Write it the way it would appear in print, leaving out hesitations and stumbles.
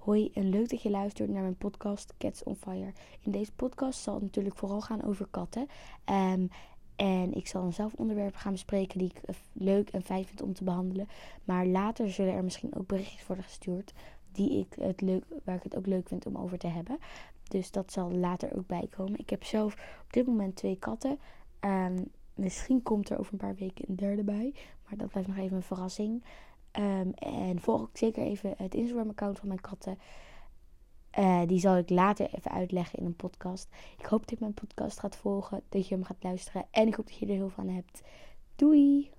Hoi en leuk dat je luistert naar mijn podcast Cats on Fire. In deze podcast zal het natuurlijk vooral gaan over katten. En ik zal zelf onderwerpen gaan bespreken die ik leuk en fijn vind om te behandelen. Maar later zullen er misschien ook berichtjes worden gestuurd waar ik het ook leuk vind om over te hebben. Dus dat zal later ook bijkomen. Ik heb zelf op dit moment 2 katten. Misschien komt er over een paar weken een derde bij. Maar dat blijft nog even een verrassing. En volg ook zeker even het Instagram-account van mijn katten. Die zal ik later even uitleggen in een podcast. Ik hoop dat je mijn podcast gaat volgen, dat je hem gaat luisteren. En ik hoop dat je er heel veel aan hebt. Doei!